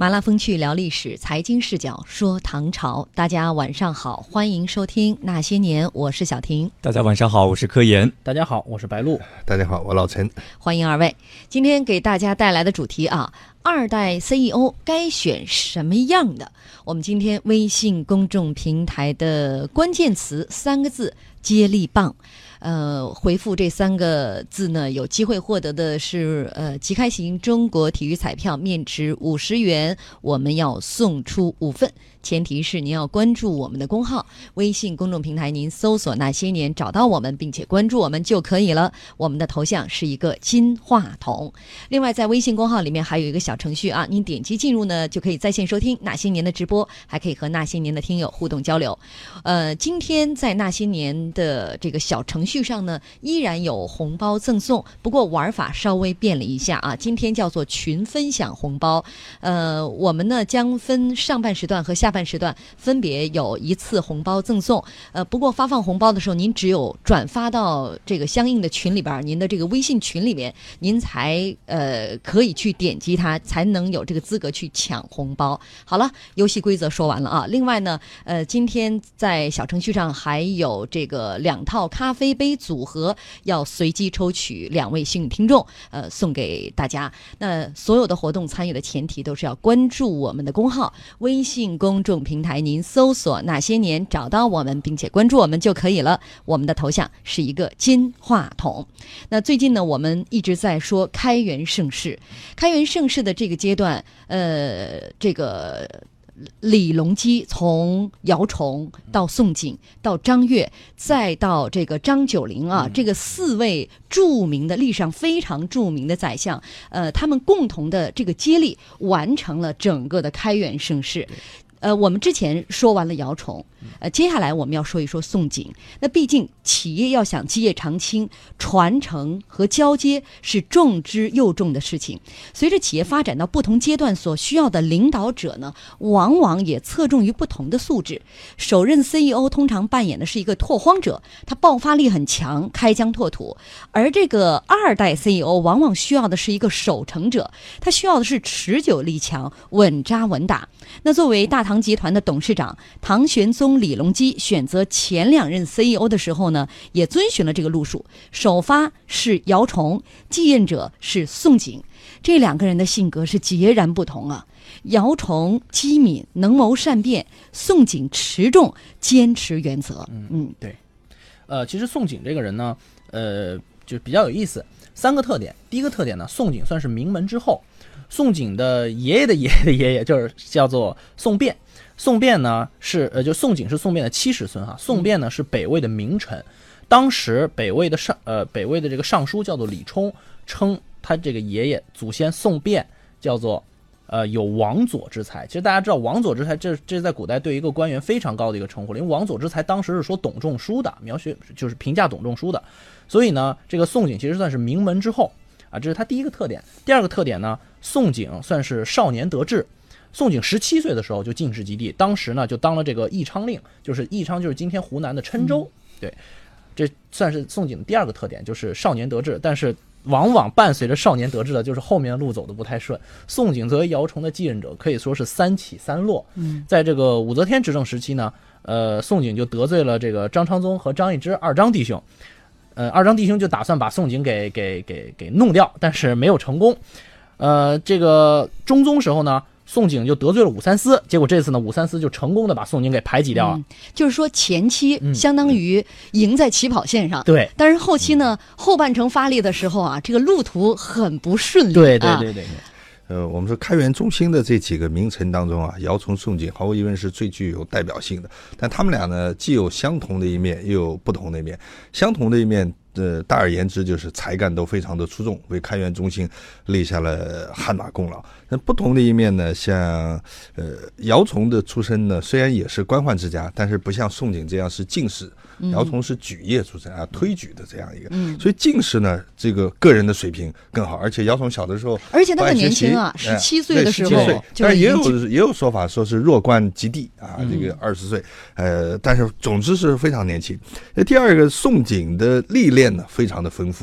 麻辣风趣聊历史，财经视角说唐朝。大家晚上好，欢迎收听那些年，我是小婷。 大家晚上好，我是柯岩。 大家好，我是白露。 大家好，我老陈。 欢迎二位。今天给大家带来的主题啊，二代 CEO 该选什么样的？我们今天微信公众平台的关键词3个字：接力棒。回复这3个字呢，有机会获得的是即开型中国体育彩票，面值50元，我们要送出5份。前提是您要关注我们的公号，微信公众平台您搜索那些年找到我们，并且关注我们就可以了。我们的头像是一个金话筒。另外在微信公号里面还有一个小程序啊，您点击进入呢就可以在线收听那些年的直播，还可以和那些年的听友互动交流。今天在那些年的这个小程序上呢，依然有红包赠送，不过玩法稍微变了一下啊，今天叫做群分享红包。我们呢将分上半时段和下半时段分别有1次红包赠送。不过发放红包的时候，您只有转发到这个相应的群里边，您的这个微信群里面，您才可以去点击它，才能有这个资格去抢红包。好了，游戏规则说完了啊。另外呢，今天在小程序上还有这个2套咖啡杯组合，要随机抽取2位幸运听众，送给大家。那所有的活动参与的前提都是要关注我们的公号，微信公众平台您搜索那些年找到我们，并且关注我们就可以了。我们的头像是一个金话筒。那最近呢，我们一直在说开元盛世，开元盛世的这个阶段，这个李隆基从姚崇到宋璟到张悦再到这个张九龄啊，这个4位著名的历史上非常著名的宰相，他们共同的这个接力完成了整个的开元盛世。我们之前说完了姚崇，接下来我们要说一说宋璟。那毕竟企业要想基业长青，传承和交接是重之又重的事情。随着企业发展到不同阶段，所需要的领导者呢，往往也侧重于不同的素质。首任 CEO 通常扮演的是一个拓荒者，他爆发力很强，开疆拓土；而这个2代 CEO 往往需要的是一个守成者，他需要的是持久力强，稳扎稳打。那作为大唐集团的董事长，唐玄宗李隆基选择前2任 CEO 的时候呢，也遵循了这个路数。首发是姚崇，继任者是宋璟，这2个人的性格是截然不同啊。姚崇机敏能谋善辩，宋璟持重坚持原则。 对。其实宋璟这个人呢，就比较有意思，3个特点。第一个特点呢，宋璟算是名门之后。宋璟的爷爷的爷爷的爷爷就是叫做宋辩。宋辩呢是就宋璟是宋辩的70孙哈。宋辩呢是北魏的名臣，当时北魏的这个尚书叫做李冲，称他这个爷爷祖先宋辩叫做有王佐之才。其实大家知道王佐之才，这在古代对一个官员非常高的一个称呼，因为王佐之才当时是说董仲舒的，描写就是评价董仲舒的。所以呢，这个宋璟其实算是名门之后啊，这是他第一个特点。第二个特点呢，宋璟算是少年得志。宋璟17岁的时候就进士及第，当时呢就当了这个义昌令，就是义昌就是今天湖南的郴州。对，这算是宋璟的第二个特点，就是少年得志。但是往往伴随着少年得志的，就是后面的路走的不太顺。宋璟作为姚崇的继任者，可以说是3起3落。在这个武则天执政时期呢，宋璟就得罪了这个张昌宗和张易之2张弟兄。2张弟兄就打算把宋璟给弄掉，但是没有成功。这个中宗时候呢，宋璟就得罪了武三思，结果这次呢，武三思就成功的把宋璟给排挤掉了。 就是说前期相当于赢在起跑线上， 对。 但是后期呢，后半程发力的时候啊，这个路途很不顺利。 对。 我们说开元中兴的这几个名臣当中啊，姚崇、宋璟毫无疑问是最具有代表性的。但他们俩呢，既有相同的一面，又有不同的一面。相同的一面，大而言之就是才干都非常的出众，为开元中兴立下了汗马功劳。那不同的一面呢，像姚崇的出身呢，虽然也是官宦之家，但是不像宋璟这样是进士。姚崇是举业出身啊，推举的这样一个，所以进士呢，这个个人的水平更好。而且姚崇小的时候， 而且他很年轻啊，17岁的时候， 但也有说法说是弱冠及第啊，这个20岁，但是总之是非常年轻。第二个，宋璟的历练呢非常的丰富，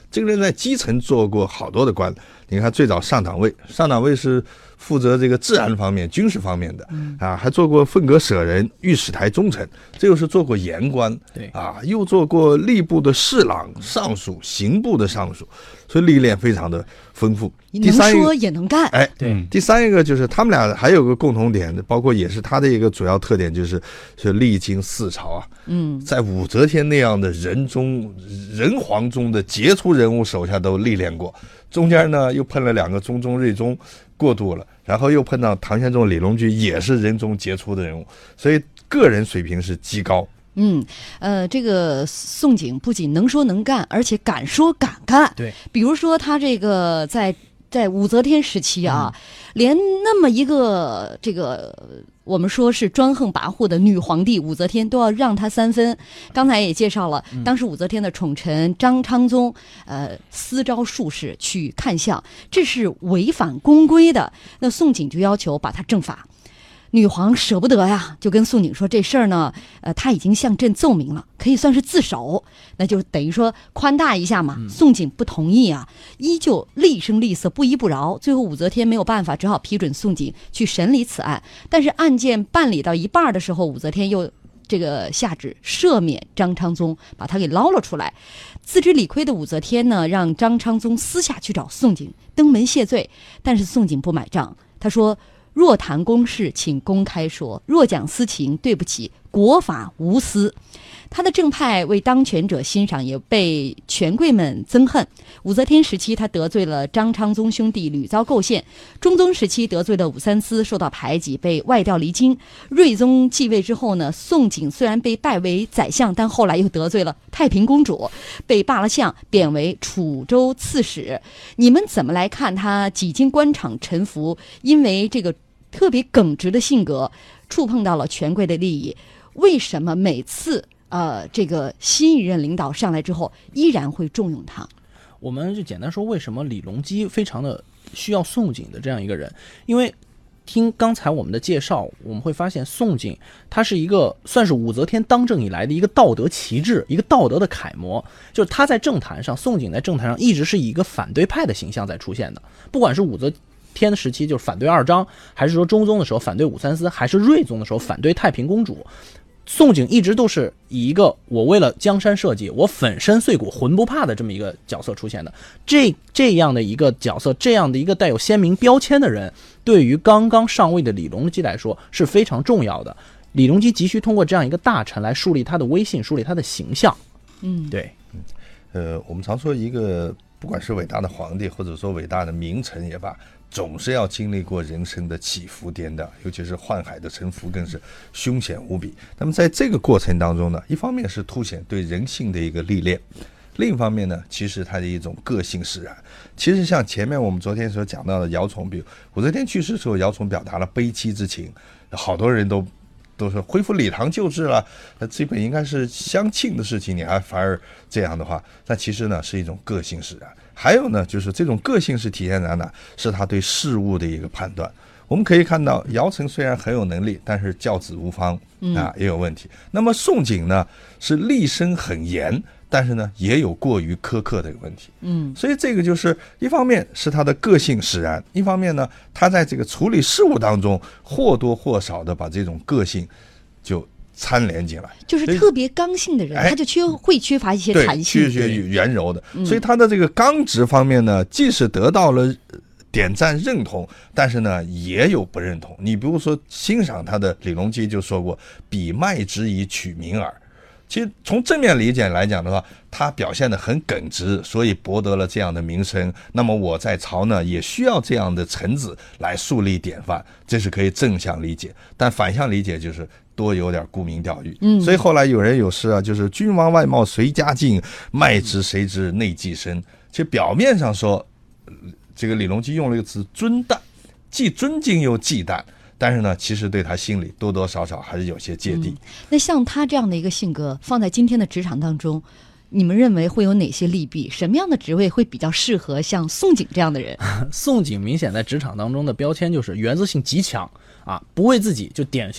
这个人在基层做过好多的官，你看最早上党卫是负责这个治安方面、军事方面的啊，还做过凤阁舍人、御史台中丞，这又是做过言官， 对啊，又做过吏部的侍郎、尚书、刑部的尚书，所以历练非常的丰富。 能说也能干， 哎， 对。 第三一个就是他们俩还有个共同点，包括也是他的一个主要特点，就是历经4朝啊，在武则天那样的人皇中的杰出人物手下都历练过，中间呢又碰了2个中宗、睿宗过渡了，然后又碰到唐玄宗、李隆基，也是人中杰出的人物，所以个人水平是极高。 这个宋璟不仅能说能干，而且敢说敢干。 对， 比如说他这个在武则天时期啊，连那么一个这个我们说是专横跋扈的女皇帝武则天都要让他3分。刚才也介绍了，当时武则天的宠臣张昌宗私招术士去看相，这是违反宫规的。那宋璟就要求把他正法。女皇舍不得呀，就跟宋璟说这事儿呢，他已经向朕奏明了，可以算是自首，那就等于说宽大一下嘛。宋璟不同意啊，依旧厉声厉色，不依不饶。最后武则天没有办法，只好批准宋璟去审理此案。但是案件办理到一半的时候，武则天又这个下旨赦免张昌宗，把他给捞了出来。自知理亏的武则天呢，让张昌宗私下去找宋璟登门谢罪，但是宋璟不买账，他说：若谈公事，请公开说；若讲私情，对不起，国法无私。他的正派为当权者欣赏，也被权贵们憎恨。武则天时期，他得罪了张昌宗兄弟，屡遭构陷；中宗时期得罪了武三思，受到排挤，被外调离京。睿宗继位之后呢，宋璟虽然被拜为宰相，但后来又得罪了太平公主，被罢了相，贬为楚州刺史。你们怎么来看他几经官场沉浮，因为这个特别耿直的性格，触碰到了权贵的利益？为什么每次这个新一任领导上来之后，依然会重用他？ 我们就简单说，为什么李隆基非常的需要宋璟的这样一个人？因为听刚才我们的介绍，我们会发现宋璟他是一个算是武则天当政以来的一个道德旗帜，一个道德的楷模。就是他在政坛上，宋璟在政坛上一直是以一个反对派的形象在出现的，不管是武则天的时期就是反对2章，还是说中宗的时候反对武三思，还是睿宗的时候反对太平公主，宋璟一直都是以一个我为了江山社稷，我粉身碎骨浑不怕的这么一个角色出现的。这样的一个角色，这样的一个带有鲜明标签的人，对于刚刚上位的李隆基来说是非常重要的。李隆基急需通过这样一个大臣来树立他的威信，树立他的形象。对。 我们常说一个不管是伟大的皇帝，或者说伟大的名臣也罢，总是要经历过人生的起伏颠倒，尤其是宦海的沉浮更是凶险无比。那么在这个过程当中呢，一方面是凸显对人性的一个历练，另一方面呢，其实它的一种个性使然。其实像前面我们昨天所讲到的姚崇，比如武则天去世的时候，姚崇表达了悲戚之情，好多人都说恢复礼堂旧制了，这本应该是相庆的事情，你还反而这样的话，但其实呢是一种个性使然。还有呢，就是这种个性是体现在哪？是他对事物的一个判断。我们可以看到，姚晨虽然很有能力，但是教子无方也有问题。那么宋璟呢，是立身很严，但是呢也有过于苛刻的一个问题。所以这个就是一方面是他的个性使然，一方面呢，他在这个处理事务当中或多或少的把这种个性就参连进来， 就是特别刚性的人，他就会缺乏一些弹性， 缺圆柔的。所以他的这个刚直方面呢，即使得到了点赞认同，但是呢也有不认同。你比如说欣赏他的李隆基就说过，彼卖之以取名耳。其实从正面理解来讲的话，他表现得很耿直，所以博得了这样的名声。那么我在朝呢，也需要这样的臣子来树立典范，这是可以正向理解。但反向理解就是多有点沽名钓誉。所以后来有人有诗啊，就是君王外貌随家境，卖之谁知内忌深。其实表面上说，这个李隆基用了一个词尊淡，既尊敬又忌惮。但是呢，其实对他心里多多少少还是有些芥蒂。 那像他这样的一个性格，放在今天的职场当中，你们认为会有哪些利弊？什么样的职位会比较适合像宋璟这样的人？宋璟明显在职场当中的标签就是原则性极强啊，不为自己，就典型的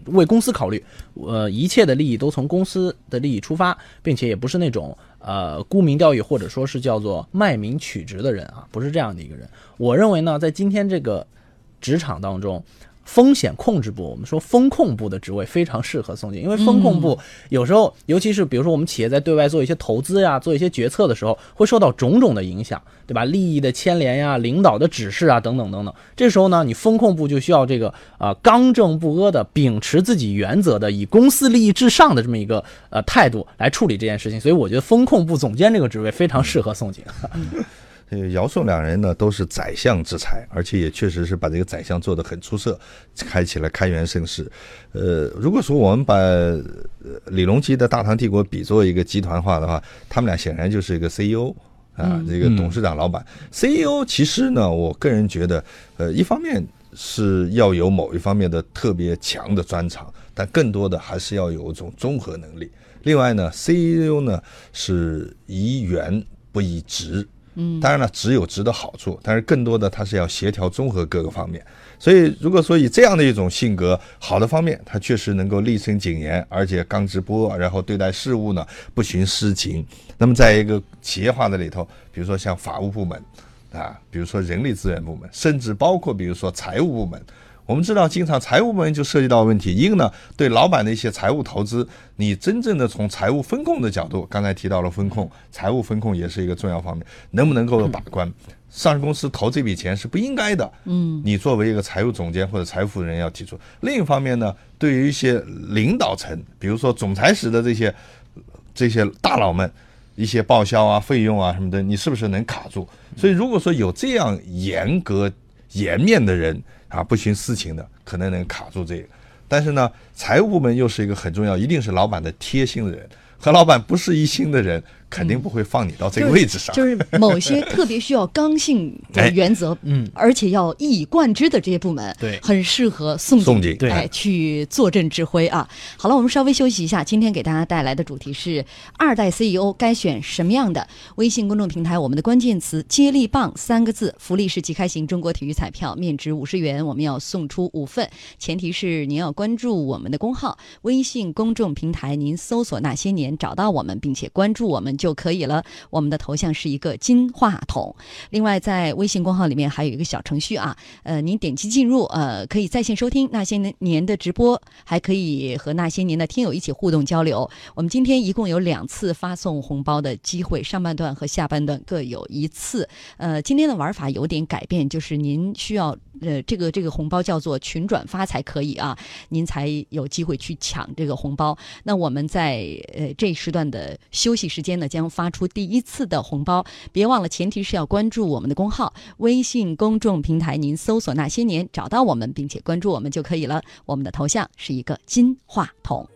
为公司考虑，一切的利益都从公司的利益出发，并且也不是那种沽名钓誉或者说是叫做卖名取直的人啊，不是这样的一个人。我认为呢，在今天这个职场当中，风险控制部，我们说风控部的职位非常适合宋景，因为风控部有时候，尤其是比如说我们企业在对外做一些投资呀，做一些决策的时候，会受到种种的影响，对吧？利益的牵连呀，领导的指示啊，等等等等。这时候呢，你风控部就需要这个刚正不阿的，秉持自己原则的，以公司利益至上的这么一个态度来处理这件事情。所以我觉得风控部总监这个职位非常适合宋景。 姚宋两人呢都是宰相之才，而且也确实是把这个宰相做得很出色，开启了开元盛世。如果说我们把李隆基的大唐帝国比作一个集团化的话，他们俩显然就是一个 CEO 啊，这个董事长老板。CEO 其实呢，我个人觉得，一方面是要有某一方面的特别强的专长，但更多的还是要有一种综合能力。另外呢 ，CEO 呢是宜圆不宜直。当然了，直有直的好处，但是更多的它是要协调综合各个方面。所以如果说以这样的一种性格，好的方面，他确实能够立身谨言，而且刚直不阿，然后对待事务呢不徇私情。那么在一个企业化的里头，比如说像法务部门啊，比如说人力资源部门，甚至包括比如说财务部门。我们知道，经常财务部门就涉及到问题。一个呢，对老板的一些财务投资，你真正的从财务风控的角度，刚才提到了风控，财务风控也是一个重要方面，能不能够把关？上市公司投这笔钱是不应该的，你作为一个财务总监或者财务负责人要提出。另一方面呢，对于一些领导层，比如说总裁室的这些大佬们，一些报销啊、费用啊什么的，你是不是能卡住？所以如果说有这样严格颜面的人啊，不徇私情的，可能能卡住这个。但是呢，财务部门又是一个很重要，一定是老板的贴心的人，和老板不是一心的人，肯定不会放你到这个位置上。 就是某些特别需要刚性的原则，而且要一以贯之的这些部门， 对， 很适合宋景去坐镇指挥啊。好了，我们稍微休息一下。今天给大家带来的主题是2代 CEO 该选什么样的？微信公众平台我们的关键词接力棒3个字，福利是即开型中国体育彩票，面值50元，我们要送出5份，前提是您要关注我们的公号，微信公众平台您搜索那些年找到我们，并且关注我们就可以了。我们的头像是一个金话筒。另外在微信公号里面还有一个小程序啊，您点击进入，可以在线收听那些年的直播，还可以和那些年的听友一起互动交流。我们今天一共有2次发送红包的机会，上半段和下半段各有1次。今天的玩法有点改变，就是您需要这个红包叫做群转发才可以啊，您才有机会去抢这个红包。那我们在这一时段的休息时间呢，将发出第1次的红包。别忘了，前提是要关注我们的公号，微信公众平台您搜索那些年找到我们，并且关注我们就可以了。我们的头像是一个金话筒。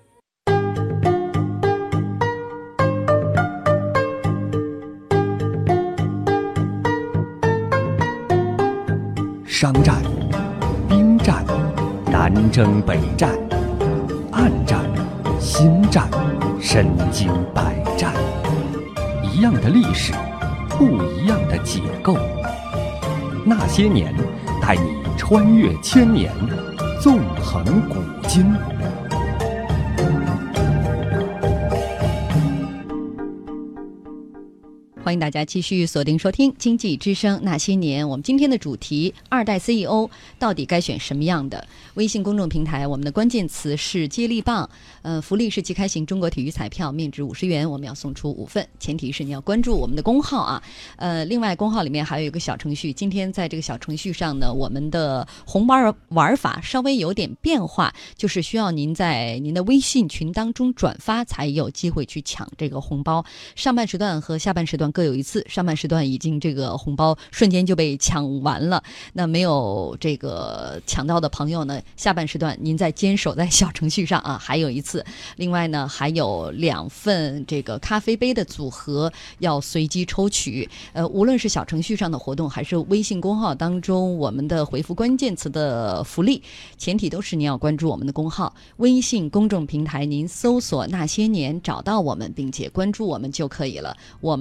商战、兵战、南征北战、暗战、心战、身经百战，一样的历史，不一样的解构。那些年，带你穿越千年，纵横古今。 欢迎大家继续锁定收听经济之声那些年。我们今天的主题2代 CEO 到底该选什么样的？微信公众平台我们的关键词是接力棒，福利是即开型中国体育彩票，面值50元，我们要送出5份，前提是你要关注我们的公号啊。另外公号里面还有一个小程序，今天在这个小程序上呢，我们的红包玩法稍微有点变化，就是需要您在您的微信群当中转发才有机会去抢这个红包。上半时段和下半时段各有1次，上半时段已经这个红包瞬间就被抢完了，那没有这个抢到的朋友呢，下半时段您再坚守在小程序上啊，还有1次。另外呢，还有2份这个咖啡杯的组合要随机抽取。无论是小程序上的活动，还是微信公号当中我们的回复关键词的福利，前提都是您要关注我们的公号，微信公众平台您搜索那些年找到我们，并且关注我们就可以了。我们的头像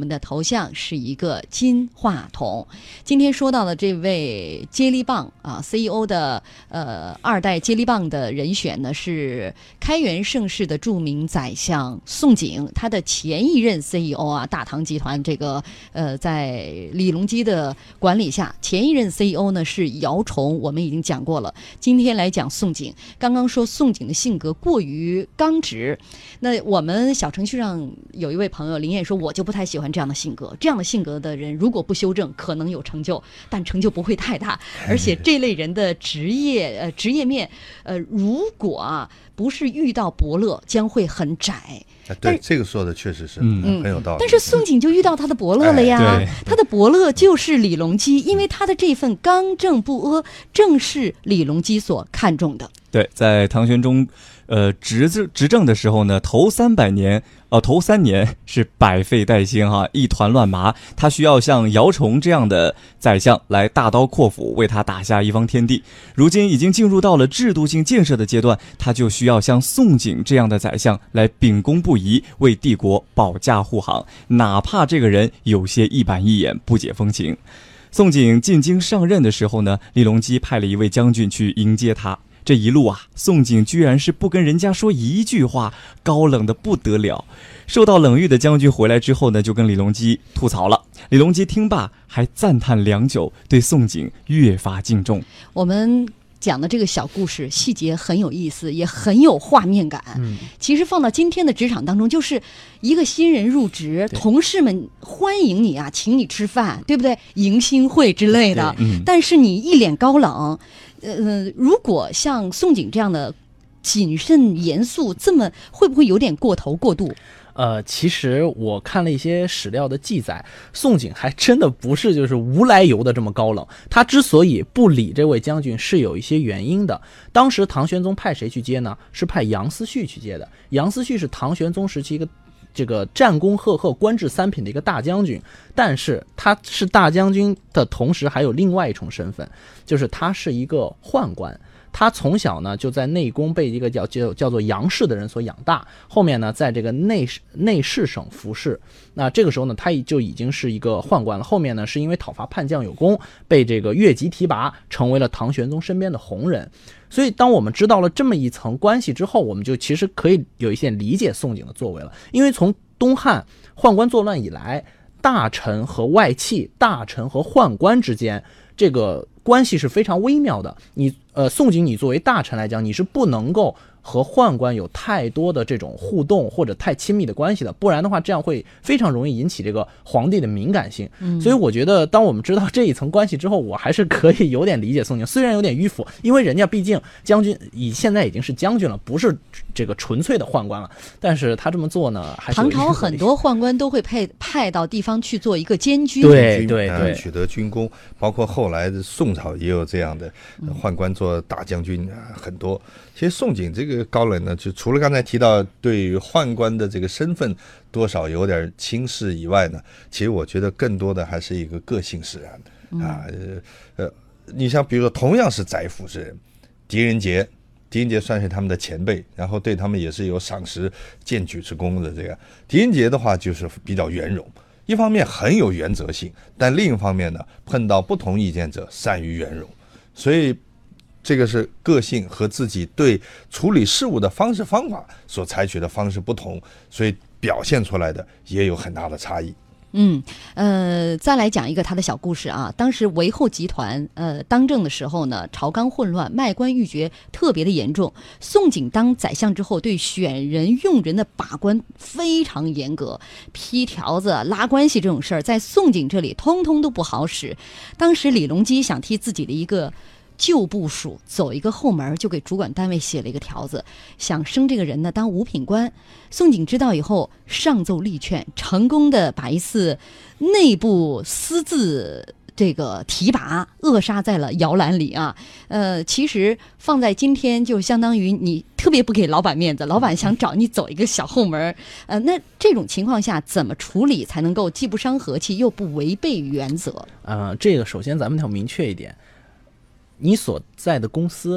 像是一个金话筒。今天说到的这位接力棒啊 CEO 的二代接力棒的人选呢，是开元盛世的著名宰相宋璟，他的前一任 CEO 啊，大唐集团这个在李隆基的管理下，前一任 CEO 呢是姚崇，我们已经讲过了。今天来讲宋璟，刚刚说宋璟的性格过于刚直，那我们小程序上有一位朋友林燕说，我就不太喜欢这样的性格，这样的性格的人如果不修正，可能有成就，但成就不会太大，而且这类人的职业面，如果不是遇到伯乐，将会很窄。 对，这个说的确实是很有道理。 但是宋璟就遇到他的伯乐了呀，他的伯乐就是李隆基，因为他的这份刚正不阿，正是李隆基所看重的。 对，在唐玄宗执政的时候呢，头3年是百废待兴一团乱麻，他需要像姚崇这样的宰相来大刀阔斧为他打下一方天地。如今已经进入到了制度性建设的阶段，他就需要像宋璟这样的宰相来秉公不疑，为帝国保驾护航，哪怕这个人有些一板一眼，不解风情。宋璟进京上任的时候呢，李隆基派了一位将军去迎接他。这一路宋璟居然是不跟人家说一句话，高冷的不得了。受到冷遇的将军回来之后呢，就跟李隆基吐槽了。李隆基听罢还赞叹良久，对宋璟越发敬重。 我们讲的这个小故事细节很有意思，也很有画面感。其实放到今天的职场当中，就是一个新人入职，同事们欢迎你请你吃饭，对不对？迎新会之类的。但是你一脸高冷，如果像宋璟这样的谨慎严肃，这么会不会有点过头过度？ 其实我看了一些史料的记载，宋璟还真的不是就是无来由的这么高冷。他之所以不理这位将军是有一些原因的。当时唐玄宗派谁去接呢？是派杨思绪去接的。杨思绪是唐玄宗时期一个这个战功赫赫、官至3品的一个大将军，但是他是大将军的同时还有另外一重身份，就是他是一个宦官。他从小呢就在内宫被一个叫做杨氏的人所养大，后面呢在这个内侍省服侍。那这个时候呢他就已经是一个宦官了，后面呢是因为讨伐叛将有功，被这个越级提拔，成为了唐玄宗身边的红人。所以当我们知道了这么一层关系之后，我们就其实可以有一些理解宋璟的作为了。因为从东汉宦官作乱以来，大臣和外戚、大臣和宦官之间这个关系是非常微妙的。宋璟你作为大臣来讲，你是不能够和宦官有太多的这种互动或者太亲密的关系的，不然的话这样会非常容易引起这个皇帝的敏感性。所以我觉得当我们知道这一层关系之后，我还是可以有点理解宋璟，虽然有点迂腐，因为人家毕竟将军现在已经是将军了，不是这个纯粹的宦官了，但是他这么做呢还是唐朝很多宦官都会派到地方去做一个监军， 对， 取得军功，包括后来的宋朝也有这样的宦官做大将军很多。其实宋璟这个高冷呢，就除了刚才提到对于宦官的这个身份多少有点轻视以外呢，其实我觉得更多的还是一个个性使然你像比如说同样是宰辅之人，狄仁杰算是他们的前辈，然后对他们也是有赏识荐举之功的。这个狄仁杰的话就是比较圆融，一方面很有原则性，但另一方面呢，碰到不同意见者善于圆融，所以这个是个性和自己对处理事物的方式方法所采取的方式不同，所以表现出来的也有很大的差异。 再来讲一个他的小故事啊。当时韦后集团当政的时候呢，朝纲混乱，卖官鬻爵特别的严重。宋璟当宰相之后，对选人用人的把关非常严格，批条子、拉关系这种事儿，在宋璟这里通通都不好使。当时李隆基想替自己的一个旧部属走一个后门，就给主管单位写了一个条子，想升这个人呢当五品官。宋璟知道以后，上奏力劝，成功的把一次内部私自这个提拔扼杀在了摇篮里啊。其实放在今天，就相当于你特别不给老板面子，老板想找你走一个小后门。那这种情况下怎么处理才能够既不伤和气又不违背原则？ 这个首先咱们要明确一点，你所在的公司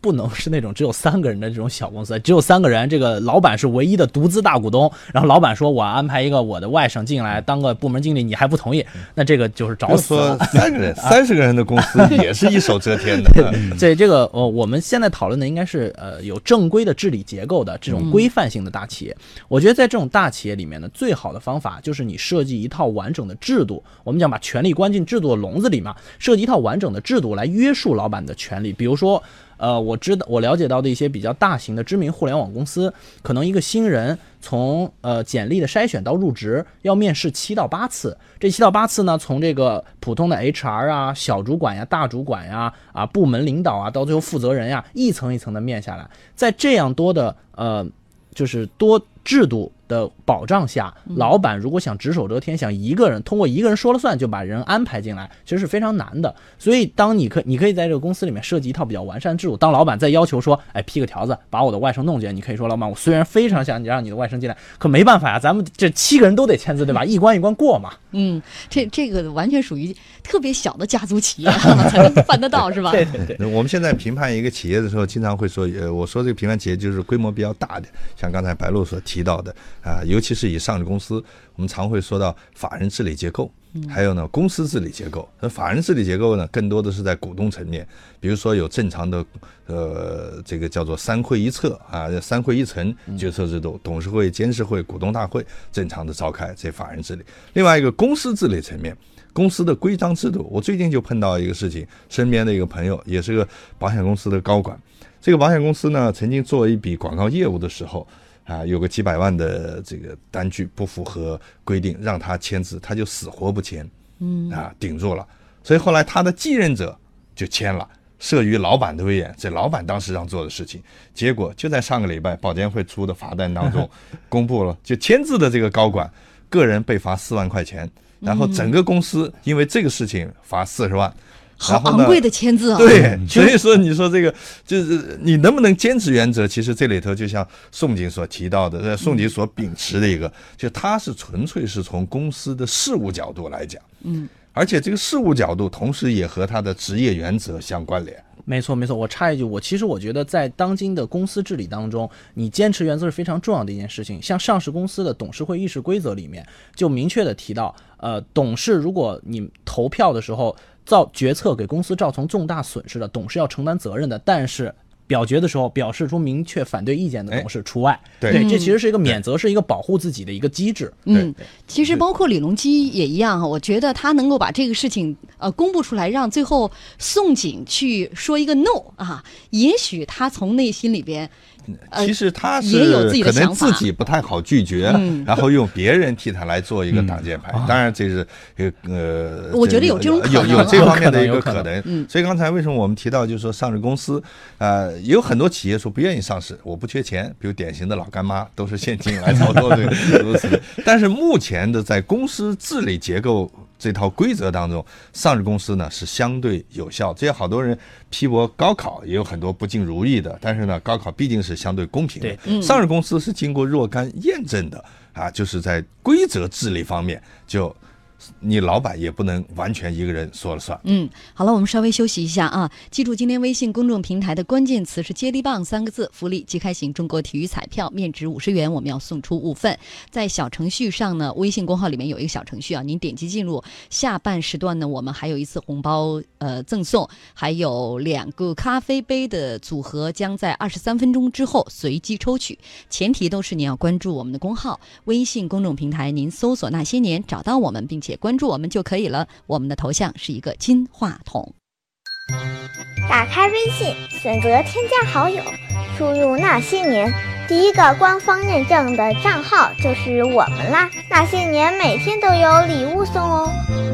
不能是那种只有3个人的这种小公司，只有3个人，这个老板是唯一的独资大股东，然后老板说我安排一个我的外甥进来当个部门经理，你还不同意，那这个就是找死了。 说3个人、30个人的公司也是一手遮天的。 所以这个我们现在讨论的应该是有正规的治理结构的这种规范性的大企业。我觉得在这种大企业里面呢，最好的方法就是你设计一套完整的制度，我们讲把权力关进制度的笼子里嘛，设计一套完整的制度来约束老板的权利。比如说我了解到的一些比较大型的知名互联网公司，可能一个新人从简历的筛选到入职要面试7到8次，这7到8次呢，从这个普通的 HR 啊、小主管呀、大主管呀、部门领导啊，到最后负责人呀，一层一层的面下来，在这样多的就是多制度的保障下，老板如果想只手遮天，想通过一个人说了算就把人安排进来，其实是非常难的。所以当你可以在这个公司里面设计一套比较完善的制度，当老板再要求说批个条子把我的外甥弄进来，你可以说老板我虽然非常想让你的外甥进来，可没办法呀，咱们这7个人都得签字对吧，一关一关过嘛。 这个完全属于特别小的家族企业才能办得到是吧？ 对。 我们现在评判一个企业的时候，经常会说，我说这个评判企业就是规模比较大的，像刚才白露所提到的尤其是以上市公司，我们常会说到法人治理结构，还有呢公司治理结构。法人治理结构呢，更多的是在股东层面，比如说有正常的这个叫做3会1策3会1层决策制度，董事会、监事会、股东大会正常的召开，这法人治理。另外一个公司治理层面，公司的规章制度，我最近就碰到一个事情，身边的一个朋友也是个保险公司的高管，这个保险公司呢曾经做一笔广告业务的时候有个几百万的这个单据不符合规定，让他签字，他就死活不签，顶住了。所以后来他的继任者就签了，慑于老板的威严，这老板当时让做的事情，结果就在上个礼拜保监会出的罚单当中公布了，就签字的这个高管个人被罚4万块钱，然后整个公司因为这个事情罚40万。 好昂贵的签字啊！ 对，所以说你说这个就是你能不能坚持原则，其实这里头就像宋景所提到的，宋景所秉持的一个，就他是纯粹是从公司的事务角度来讲，而且这个事务角度同时也和他的职业原则相关联。 没错，我插一句，其实我觉得在当今的公司治理当中，你坚持原则是非常重要的一件事情。像上市公司的董事会议事规则里面就明确的提到，董事如果你投票的时候决策给公司造成重大损失的，董事要承担责任的，但是表决的时候表示出明确反对意见的董事除外。对，这其实是一个免责，是一个保护自己的一个机制。 其实包括李隆基也一样，我觉得他能够把这个事情公布出来，让最后宋景去说一个 no 也许他从内心里边其实他是也有自己的可能想法， 自己不太好拒绝，然后用别人替他来做一个挡箭牌。当然这是我觉得有这种可能， 有这方面的一个可能。所以刚才为什么我们提到就是说上市公司有很多企业说不愿意上市，我不缺钱，比如典型的老干妈都是现金来操作这个如此。但是目前的在公司治理结构这套规则当中，上市公司呢是相对有效。这些好多人批驳高考，也有很多不尽如意的，但是呢，高考毕竟是相对公平的。上市公司是经过若干验证的就是在规则治理方面，就你老板也不能完全一个人说了算。 好了，我们稍微休息一下啊！记住今天微信公众平台的关键词是接力棒3个字，福利即开型中国体育彩票面值50元，我们要送出5份。在小程序上呢，微信公号里面有一个小程序您点击进入，下半时段呢，我们还有一次红包赠送，还有2个咖啡杯的组合将在23分钟之后随机抽取，前提都是你要关注我们的公号微信公众平台，您搜索那些年找到我们并且关注我们就可以了。我们的头像是一个金话筒。 打开微信，选择添加好友，输入那些年，第一个官方认证的账号就是我们啦。那些年每天都有礼物送哦。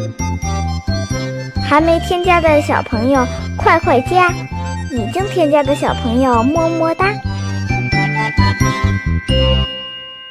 还没添加的小朋友快快加，已经添加的小朋友么么哒。 欢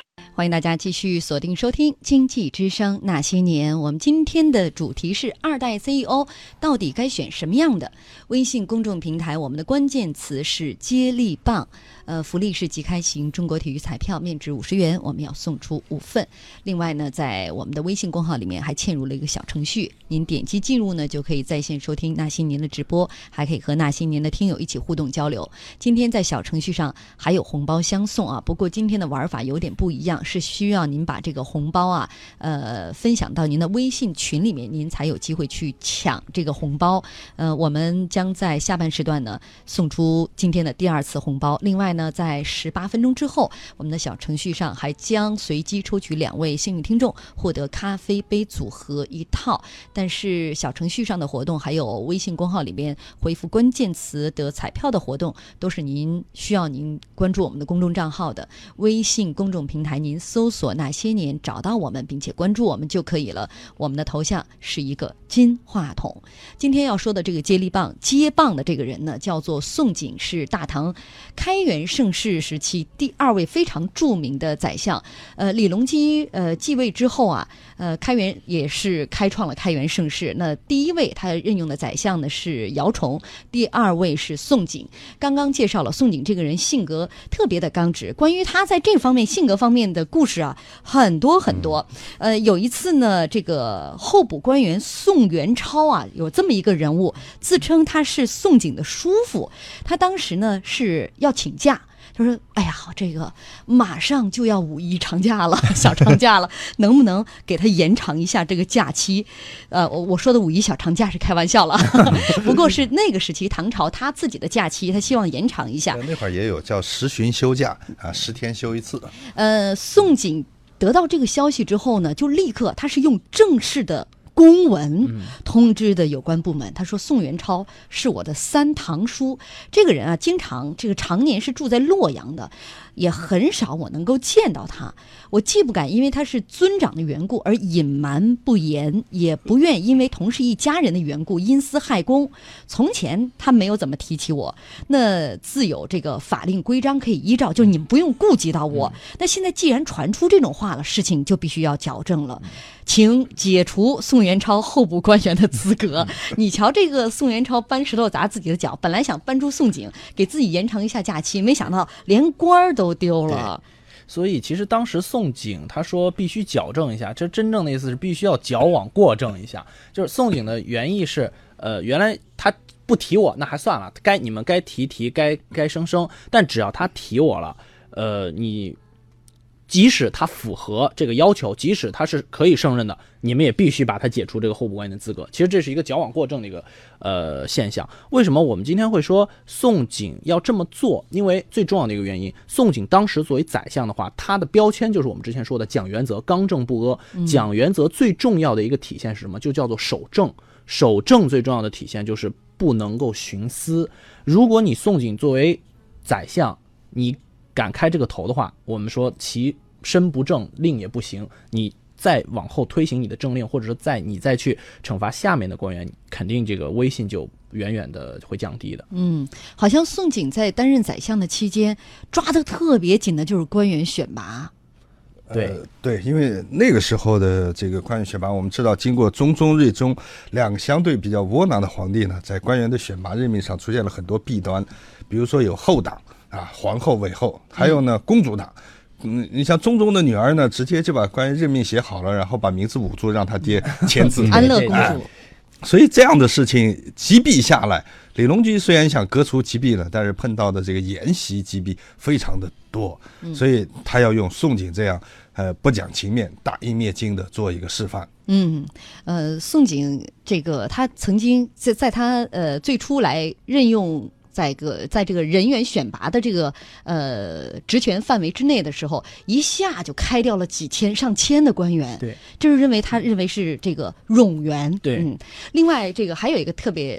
欢迎大家继续锁定收听《经济之声那些年》。我们今天的主题是二代 CEO 到底该选什么样的？微信公众平台我们的关键词是接力棒，福利是即开型中国体育彩票，面值50元，我们要送出5份。另外呢，在我们的微信公号里面还嵌入了一个小程序，您点击进入呢，就可以在线收听那些年的直播，还可以和那些年的听友一起互动交流。今天在小程序上还有红包相送啊，不过今天的玩法有点不一样，是需要您把这个红包啊，分享到您的微信群里面，您才有机会去抢这个红包。我们将在下半时段呢送出今天的第2次红包。另外呢，在18分钟之后，我们的小程序上还将随机抽取2位幸运听众，获得咖啡杯组合1套。但是小程序上的活动，还有微信公号里面回复关键词得彩票的活动，都是需要您关注我们的公众账号的。微信公众平台您搜索那些年，找到我们并且关注我们就可以了。我们的头像是一个金话筒。今天要说的这个接力棒接棒的这个人呢，叫做宋璟，是大唐开元盛世时期第2位非常著名的宰相。李隆基继位之后啊，开元也是开创了开元盛世。那第1位他任用的宰相呢是姚崇，第2位是宋璟。刚刚介绍了宋璟这个人性格特别的刚直，关于他在这方面性格方面的故事啊很多很多。有一次呢，这个候补官员宋元超啊，有这么一个人物，自称他是宋璟的叔父。他当时呢是要请假，他说：“哎呀，这个马上就要5一长假了，小长假了，能不能给他延长一下这个假期？”我说的5一小长假是开玩笑了，不过是那个时期唐朝他自己的假期，他希望延长一下。 那会儿也有叫10旬休假啊，10天休1次。 宋璟得到这个消息之后呢，就立刻他是用正式的公文通知的有关部门，他说宋元超是我的3堂叔，这个人啊，常年是住在洛阳的，也很少我能够见到他。我既不敢因为他是尊长的缘故而隐瞒不言，也不愿因为同是一家人的缘故因私害公。从前他没有怎么提起我，那自有这个法令规章可以依照，就你们不用顾及到我。那现在既然传出这种话了，事情就必须要矫正了，请解除宋元超候补官员的资格。你瞧这个宋元超搬石头砸自己的脚，本来想搬出宋璟给自己延长一下假期，没想到连官儿都丢了。 所以其实当时宋璟他说必须矫正一下，这真正的意思是必须要矫枉过正一下。就是宋璟的原意是，原来他不提我那还算了，你们该提该生，但只要他提我了，你即使他符合这个要求，即使他是可以胜任的，你们也必须把他解除这个候补官员的资格。其实这是一个矫枉过正的一个现象。为什么我们今天会说宋璟要这么做？因为最重要的一个原因，宋璟当时作为宰相的话，他的标签就是我们之前说的讲原则，刚正不阿。讲原则最重要的一个体现是什么？就叫做守正。守正最重要的体现就是不能够徇私。如果你宋璟作为宰相，你敢开这个头的话，我们说其身不正，令也不行。你再往后推行你的政令，或者说你再去惩罚下面的官员，肯定这个威信就远远的会降低的。 好像宋璟在担任宰相的期间抓得特别紧的就是官员选拔。 对，因为那个时候的这个官员选拔，我们知道经过中宗、睿宗2个相对比较窝囊的皇帝呢，在官员的选拔任命上出现了很多弊端，比如说有后党啊，皇后、韦后，还有呢公主党。你像中宗的女儿呢，直接就把官员任命写好了，然后把名字捂住，让他爹签字。 安乐公主。 所以这样的事情积弊下来，李隆基虽然想革除积弊了，但是碰到的这个沿袭积弊非常的多，所以他要用宋璟这样不讲情面、大义灭亲的做一个示范。 宋璟这个他曾经在他最初来任用在这个人员选拔的这个职权范围之内的时候，一下就开掉了几千上千的官员。 对， 这是他认为是这个冗员。 对， 另外这个还有一个特别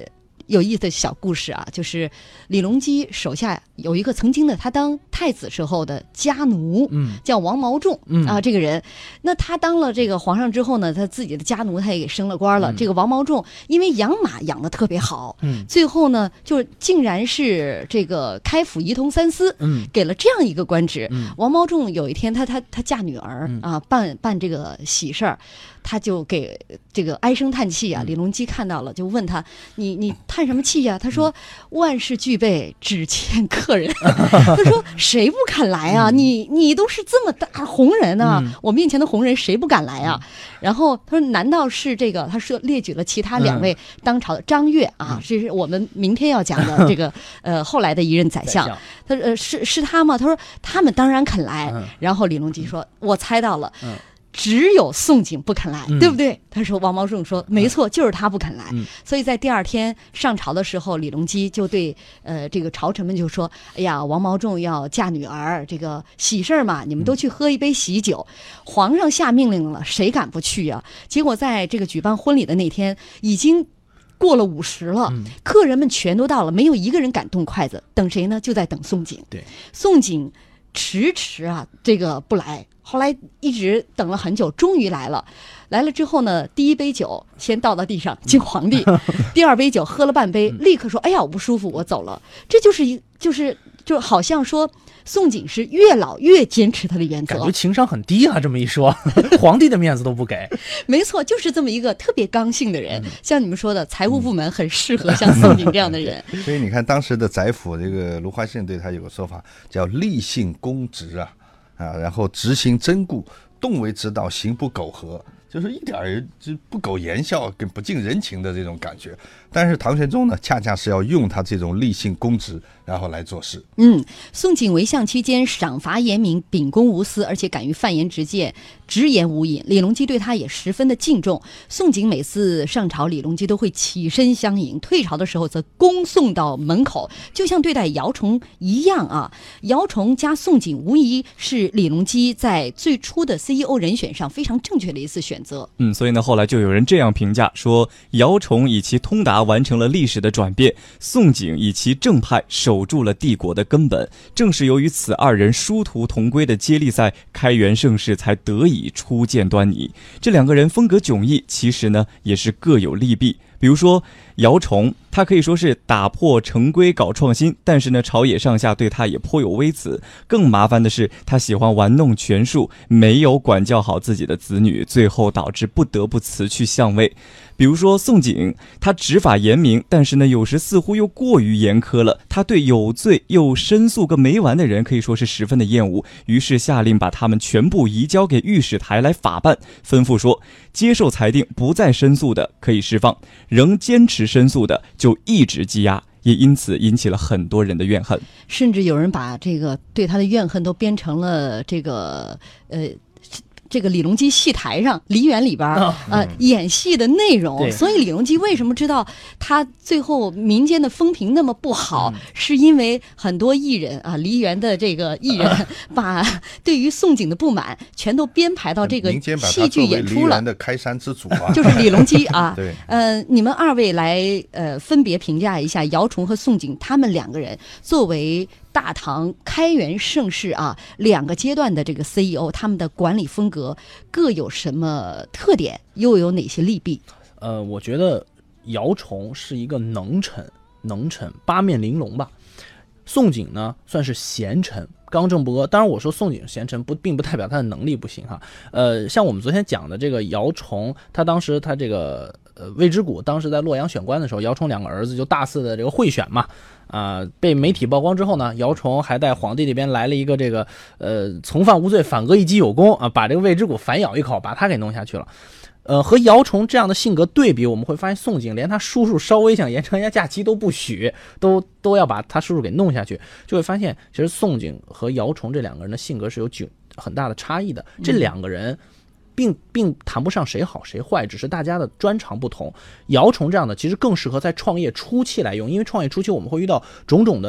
有意思的小故事啊，就是李隆基手下有一个曾经的他当太子时候的家奴，叫王毛仲，这个人，那他当了这个皇上之后呢，他自己的家奴他也给升了官了。这个王毛仲因为养马养得特别好，最后呢，就竟然是这个开府仪同三司，给了这样一个官职。王毛仲有一天他嫁女儿啊，办这个喜事儿。他就给这个唉声叹气啊，李隆基看到了，就问他：“你叹什么气呀？”他说：“万事俱备，只欠客人。”他说：“谁不肯来啊？你都是这么大红人啊，我面前的红人谁不敢来啊？”然后他说：“难道是这个？”他说列举了其他2位当朝的张悦啊，这是我们明天要讲的这个后来的一任宰相。他说：“是他吗？”他说：“他们当然肯来。”然后李隆基说：“我猜到了。”只有宋璟不肯来，对不对？他说王毛仲说没错，就是他不肯来。所以在第2天上朝的时候，李隆基就对这个朝臣们就说：“哎呀，王毛仲要嫁女儿，这个喜事儿嘛，你们都去喝一杯喜酒。皇上下命令了，谁敢不去呀？”结果在这个举办婚礼的那天，已经过了50了，客人们全都到了，没有一个人敢动筷子。等谁呢？就在等宋璟。对，宋璟迟啊，这个不来。后来一直等了很久，终于来了。来了之后呢，第1杯酒先倒到地上敬皇帝，第2杯酒喝了半杯，立刻说：“哎呀，我不舒服，我走了。”这就好像说宋璟是越老越坚持他的原则， 感觉情商很低啊。这么一说，皇帝的面子都不给。 没错，就是这么一个特别刚性的人。像你们说的，财务部门很适合像宋璟这样的人。 所以你看，当时的宰辅这个卢怀信对他有个说法，叫立信公直啊，然后执行真固，动为直道，行不苟合，就是一点儿就不苟言笑跟不近人情的这种感觉。但是唐玄宗呢，恰恰是要用他这种立信公直，然后来做事。 宋璟为相期间赏罚严明，秉公无私，而且敢于犯言直谏，直言无隐。李隆基对他也十分的敬重。宋璟每次上朝，李隆基都会起身相迎，退朝的时候则恭送到门口，就像对待姚崇一样啊。姚崇加宋璟无疑是李隆基在最初的 CEO 人选上非常正确的一次选择。 所以呢，后来就有人这样评价说，姚崇以其通达完成了历史的转变，宋璟以其正派守住了帝国的根本。正是由于此2人殊途同归的接力赛，开元盛世才得以初见端倪。这2个人风格迥异，其实呢也是各有利弊。比如说姚崇，他可以说是打破成规搞创新，但是呢朝野上下对他也颇有微词。更麻烦的是，他喜欢玩弄权术，没有管教好自己的子女，最后导致不得不辞去相位。比如说宋璟，他执法严明，但是呢有时似乎又过于严苛了。他对有罪又申诉个没完的人可以说是十分的厌恶，于是下令把他们全部移交给御史台来法办，吩咐说接受裁定不再申诉的可以释放，仍坚持申诉的就一直羁押，也因此引起了很多人的怨恨。 甚至有人把这个对他的怨恨都编成了这个李隆基戏台上梨园里边演戏的内容。所以李隆基为什么知道他最后民间的风评那么不好，是因为很多艺人啊，梨园的这个艺人把对于宋璟的不满全都编排到这个戏剧演出了。 梨园的开山之主啊， 就是李隆基啊。 对， 你们2位来分别评价一下姚崇和宋璟他们2个人作为大唐开元盛世啊2个阶段的这个 CEO， 他们的管理风格各有什么特点，又有哪些利弊？ 我觉得姚崇是一个能臣，八面玲珑吧。宋璟呢算是贤臣，刚正不阿。当然我说宋璟贤臣并不代表他的能力不行哈。像我们昨天讲的这个姚崇，他当时他这个魏之谷当时在洛阳选官的时候，姚崇2个儿子就大肆的这个贿选嘛，被媒体曝光之后呢，姚崇还带皇帝那边来了一个这个从犯无罪，反恶一击有功啊，把这个魏之谷反咬一口，把他给弄下去了。和姚崇这样的性格对比，我们会发现宋璟连他叔叔稍微想延长一下假期都不许，都要把他叔叔给弄下去，就会发现其实宋璟和姚崇这2个人的性格是有很大的差异的。这2个人并谈不上谁好谁坏，只是大家的专长不同。姚崇这样的其实更适合在创业初期来用，因为创业初期我们会遇到种种的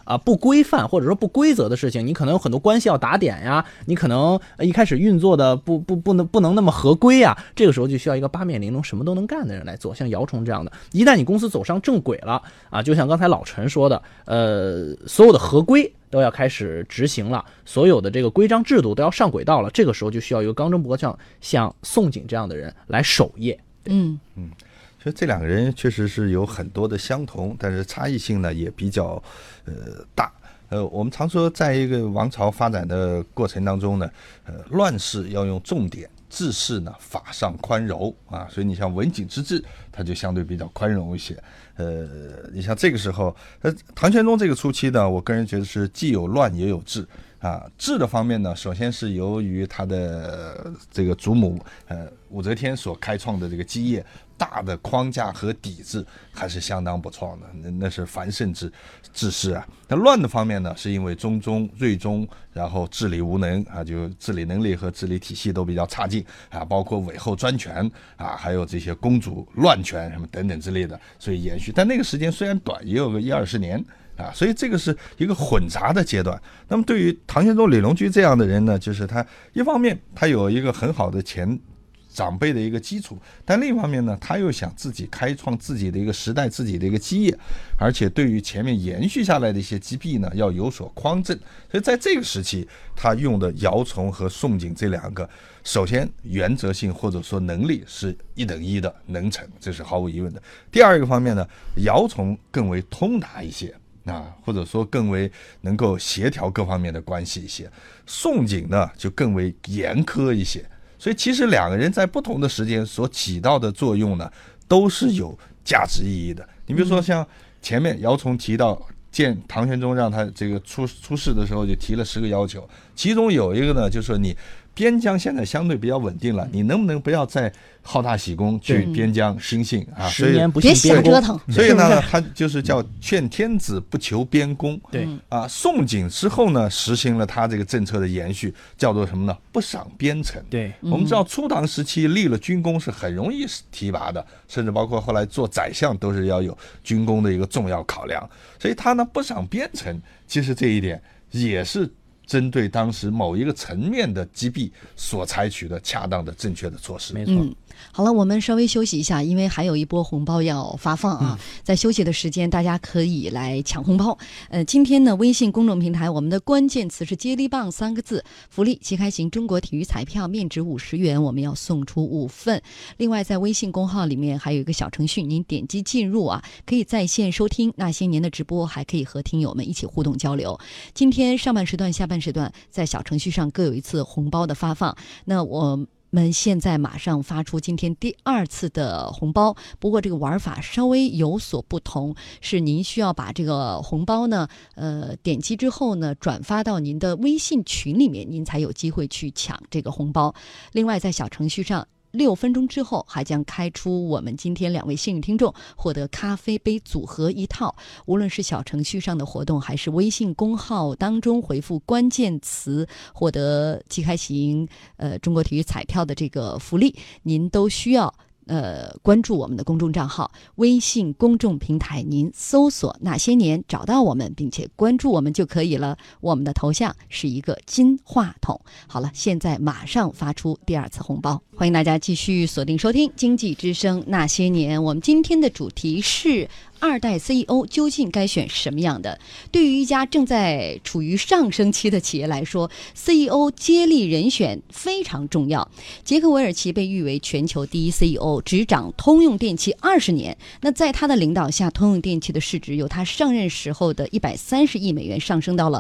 不规范或者说不规则的事情，你可能有很多关系要打点呀，你可能一开始运作的不能那么合规呀，这个时候就需要一个八面玲珑什么都能干的人来做，像姚崇这样的。一旦你公司走上正轨了啊，就像刚才老陈说的，所有的合规都要开始执行了，所有的这个规章制度都要上轨道了，这个时候就需要一个刚正不阿像宋璟这样的人来守业。 其实这两个人确实是有很多的相同，但是差异性呢也比较大。我们常说，在一个王朝发展的过程当中呢，乱世要用重典，治世呢法上宽柔啊，所以你像文景之治，它就相对比较宽容一些。你像这个时候，唐玄宗这个初期呢，我个人觉得是既有乱也有治。治的方面呢，首先是由于他的这个祖母武则天所开创的这个基业，大的框架和底子还是相当不错的，那是繁盛治世啊。那乱的方面呢，是因为中宗、睿宗，然后治理无能啊，就治理能力和治理体系都比较差劲啊，包括伪后专权啊，还有这些公主乱权什么等等之类的，所以延续。但那个时间虽然短，也有个10-20年。所以这个是一个混杂的阶段。那么对于唐玄宗李隆基这样的人呢，就是他一方面他有一个很好的长辈的一个基础，但另一方面呢，他又想自己开创自己的一个时代，自己的一个基业，而且对于前面延续下来的一些积弊呢，要有所匡正。所以在这个时期，他用的姚崇和宋璟这两个，首先原则性或者说能力是1等1的，能成，这是毫无疑问的。第二个方面呢，姚崇更为通达一些。或者说更为能够协调各方面的关系一些，宋璟呢就更为严苛一些，所以其实两个人在不同的时间所起到的作用呢，都是有价值意义的。你比如说像前面姚崇提到见唐玄宗让他这个出仕的时候就提了10个要求，其中有一个呢就是说你边疆现在相对比较稳定了，你能不能不要再好大喜功去边疆兴信啊 ？10年不别信边功， 瞎折腾。 所以呢，他就是叫劝天子不求边功。 对宋璟之后呢，实行了他这个政策的延续，叫做什么呢？不赏边臣。 对， 我们知道初唐时期立了军功是很容易提拔的，甚至包括后来做宰相都是要有军功的一个重要考量。所以他呢不赏边臣，其实这一点也是针对当时某一个层面的积弊所采取的恰当的正确的措施。 没错。 好了，我们稍微休息一下，因为还有一波红包要发放啊。在休息的时间，大家可以来抢红包。今天呢，微信公众平台我们的关键词是接力棒3个字，福利旗开型中国体育彩票面值50元，我们要送出5份。另外，在微信公号里面还有一个小程序，您点击进入啊，可以在线收听那些年的直播，还可以和听友们一起互动交流。今天上半时段、下半时段在小程序上各有一次红包的发放。那我们现在马上发出今天第2次的红包，不过这个玩法稍微有所不同，是您需要把这个红包呢，点击之后呢，转发到您的微信群里面，您才有机会去抢这个红包。另外，在小程序上6分钟之后还将开出我们今天2位幸运听众获得咖啡杯组合1套。无论是小程序上的活动，还是微信公号当中回复关键词获得旗开型中国体育彩票的这个福利，您都需要关注我们的公众账号，微信公众平台您搜索那些年找到我们，并且关注我们就可以了。我们的头像是一个金话筒。好了，现在马上发出第2次红包，欢迎大家继续锁定收听经济之声那些年。我们今天的主题是2代 CEO 究竟该选什么样的？对于一家正在处于上升期的企业来说， CEO 接力人选非常重要。杰克韦尔奇被誉为全球第一 CEO， 执掌通用电气20年。那在他的领导下，通用电气的市值由他上任时候的130亿美元上升到了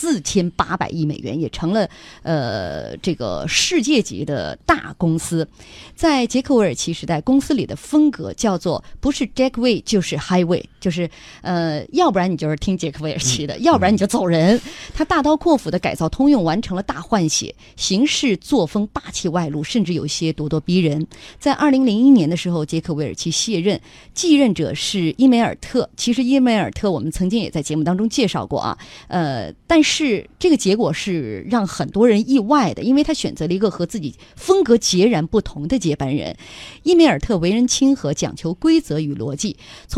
4800亿美元，也成了这个世界级的大公司。在杰克韦尔奇时代，公司里的风格叫做不是 Jack Way 就是 Highway， 就是要不然你就是听杰克韦尔奇的，要不然你就走人。他大刀阔斧的改造通用，完成了大换血，行事作风霸气外露，甚至有些咄咄逼人。在2001年的时候，杰克韦尔奇卸任，继任者是伊梅尔特。其实伊梅尔特我们曾经也在节目当中介绍过啊，但是这个结果是让很多人意外的，因为他选择了一个和自己风格截然不同的接班人。伊梅尔特为人亲和，讲求规则与逻辑，从2个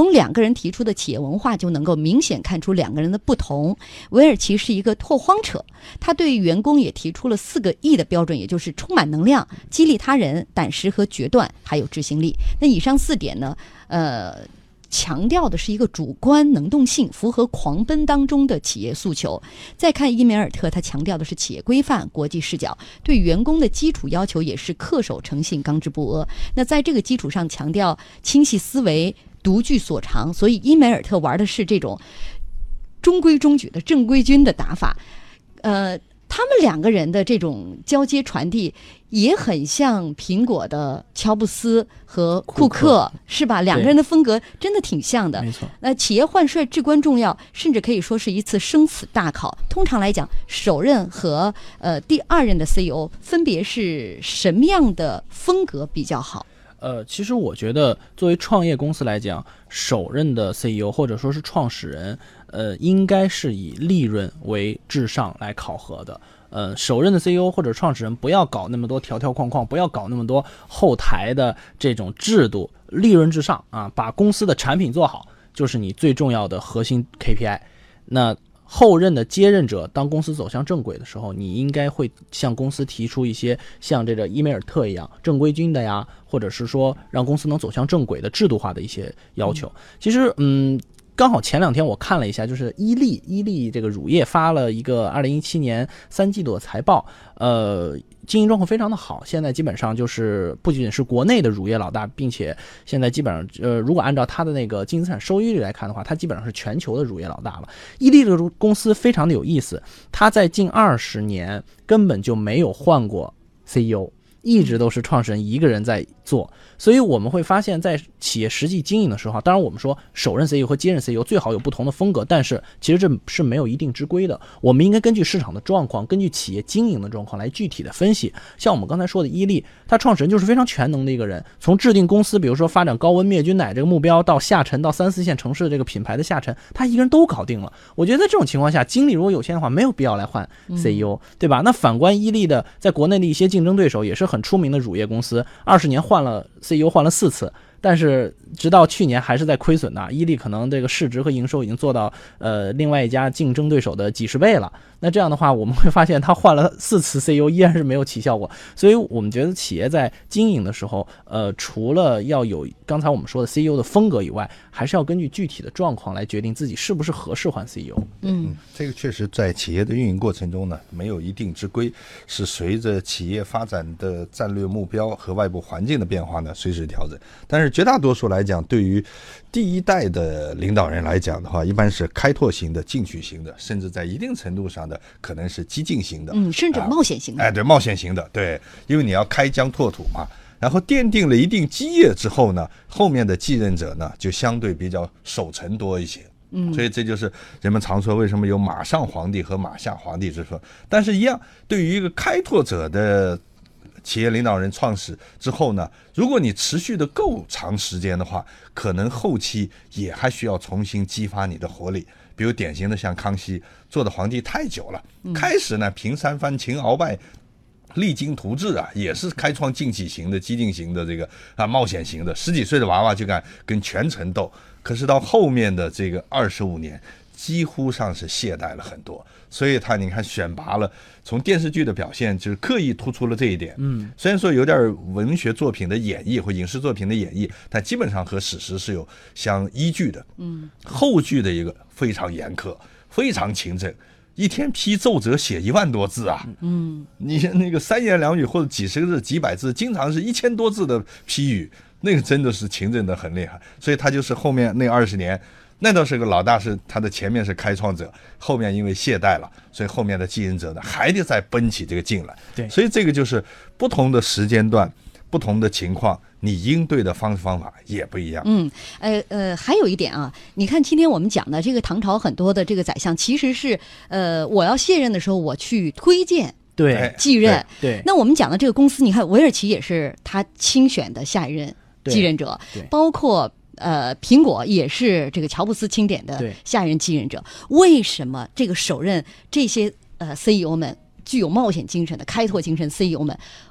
人提出的企业文化就能够明显看出两个人的不同。韦尔奇是一个拓荒者，他对员工也提出了4个E的标准，也就是充满能量、激励他人、胆识和决断，还有执行力。那以上4点呢，强调的是一个主观能动性，符合狂奔当中的企业诉求。再看伊梅尔特，他强调的是企业规范、国际视角，对员工的基础要求也是恪守诚信、刚直不阿。那在这个基础上强调清晰思维、独具所长，所以伊梅尔特玩的是这种中规中矩的正规军的打法。他们2个人的这种交接传递也很像苹果的乔布斯和库克，是吧？2个人的风格真的挺像的。 没错。 企业换帅至关重要，甚至可以说是一次生死大考。通常来讲，首任和第2任的 CEO 分别是什么样的风格比较好？ 其实我觉得作为创业公司来讲，首任的 CEO 或者说是创始人，应该是以利润为至上来考核的。首任的 CEO 或者创始人不要搞那么多条条框框，不要搞那么多后台的这种制度，利润至上啊，把公司的产品做好就是你最重要的核心 KPI。那后任的接任者，当公司走向正轨的时候，你应该会向公司提出一些像这个伊梅尔特一样正规军的呀，或者是说让公司能走向正轨的制度化的一些要求。其实刚好前2天我看了一下，就是伊利这个乳业发了一个2017年3季度的财报，经营状况非常的好，现在基本上就是不仅是国内的乳业老大，并且现在基本上如果按照它的那个净资产收益率来看的话，它基本上是全球的乳业老大了。伊利这个公司非常的有意思，它在近20年根本就没有换过 CEO， 一直都是创始人一个人在做。所以我们会发现在企业实际经营的时候，当然我们说首任 CEO 和接任 CEO 最好有不同的风格，但是其实这是没有一定之规的，我们应该根据市场的状况，根据企业经营的状况来具体的分析。像我们刚才说的伊利，他创始人就是非常全能的一个人，从制定公司比如说发展高温灭菌奶这个目标，到下沉到3、4线城市的这个品牌的下沉，他一个人都搞定了。我觉得在这种情况下，精力如果有限的话，没有必要来换 CEO，对吧？那反观伊利的在国内的一些竞争对手，也是很出名的乳业公司，20年换了 CEO 换了4次，但是直到去年还是在亏损的。伊利可能这个市值和营收已经做到另外一家竞争对手的几十倍了。那这样的话，我们会发现他换了4次 CEO 依然是没有起效果。所以我们觉得企业在经营的时候，除了要有刚才我们说的 CEO 的风格以外，还是要根据具体的状况来决定自己是不是合适换 CEO。 这个确实在企业的运营过程中呢，没有一定之规，是随着企业发展的战略目标和外部环境的变化呢，随时调整。但是绝大多数来讲，对于第一代的领导人来讲的话，一般是开拓型的、进取型的，甚至在一定程度上的可能是激进型的， 甚至冒险型的。 对，冒险型的，对，因为你要开疆拓土嘛。然后奠定了一定基业之后呢，后面的继任者呢就相对比较守成多一些。所以这就是人们常说为什么有马上皇帝和马下皇帝之分。但是一样，对于一个开拓者的企业领导人创始之后呢，如果你持续的够长时间的话，可能后期也还需要重新激发你的活力。比如典型的像康熙做的皇帝太久了，开始呢平三藩秦鳌拜励精图治啊，也是开创进取型的、激进型的这个冒险型的，10几岁的娃娃就敢跟权臣斗。可是到后面的这个25年，几乎上是懈怠了很多。所以他你看选拔了，从电视剧的表现就是刻意突出了这一点。虽然说有点文学作品的演绎或影视作品的演绎，但基本上和史实是有相依据的。后剧的一个非常严苛，非常勤政。一天批奏折写1万多字啊！你那个3言2语或者几十个字、几百字，经常是1000多字的批语，那个真的是勤政的很厉害。所以他就是后面那20年，那倒是个老大，是他的前面是开创者，后面因为懈怠了，所以后面的继任者呢还得再奔起这个劲来。 对， 所以这个就是不同的时间段、不同的情况，你应对的方法也不一样。 还有一点啊，你看今天我们讲的这个唐朝很多的这个宰相，其实是我要卸任的时候，我去推荐继任。 对， 那我们讲的这个公司，你看韦尔奇也是他亲选的下一任继任者，包括苹果也是这个乔布斯钦点的下一任继任者。为什么这个首任这些CEO 们具有冒险精神的开拓精神 CEO 们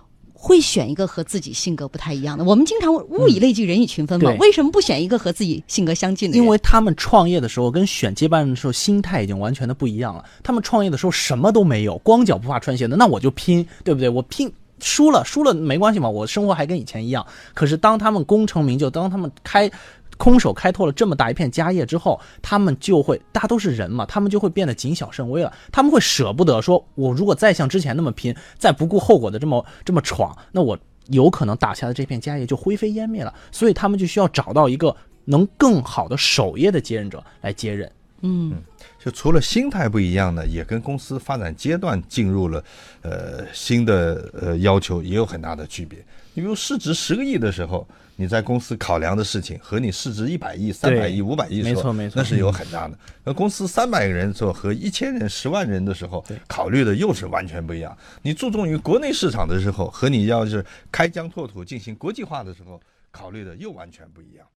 会选一个和自己性格不太一样的。我们经常物以类聚，人以群分嘛， 对为什么不选一个和自己性格相近的人？ 因为他们创业的时候跟选接班人的时候心态已经完全的不一样了。他们创业的时候什么都没有，光脚不怕穿鞋的，那我就拼，对不对？我拼输了没关系嘛，我生活还跟以前一样。可是当他们功成名就，当他们空手开拓了这么大一片家业之后，他们就会，大家都是人嘛，他们就会变得谨小慎微了。他们会舍不得说，我如果再像之前那么拼，再不顾后果的这么闯，那我有可能打下的这片家业就灰飞烟灭了。所以他们就需要找到一个能更好的守业的接任者来接任。 就除了心态不一样呢，也跟公司发展阶段进入了新的要求也有很大的区别。你比如市值10个亿的时候，你在公司考量的事情和你市值100亿、300亿、500亿的时候， 没错， 那是有很大的。那公司300个人的时候和1000人、10万人的时候，考虑的又是完全不一样。你注重于国内市场的时候，和你要是开疆拓土进行国际化的时候，考虑的又完全不一样。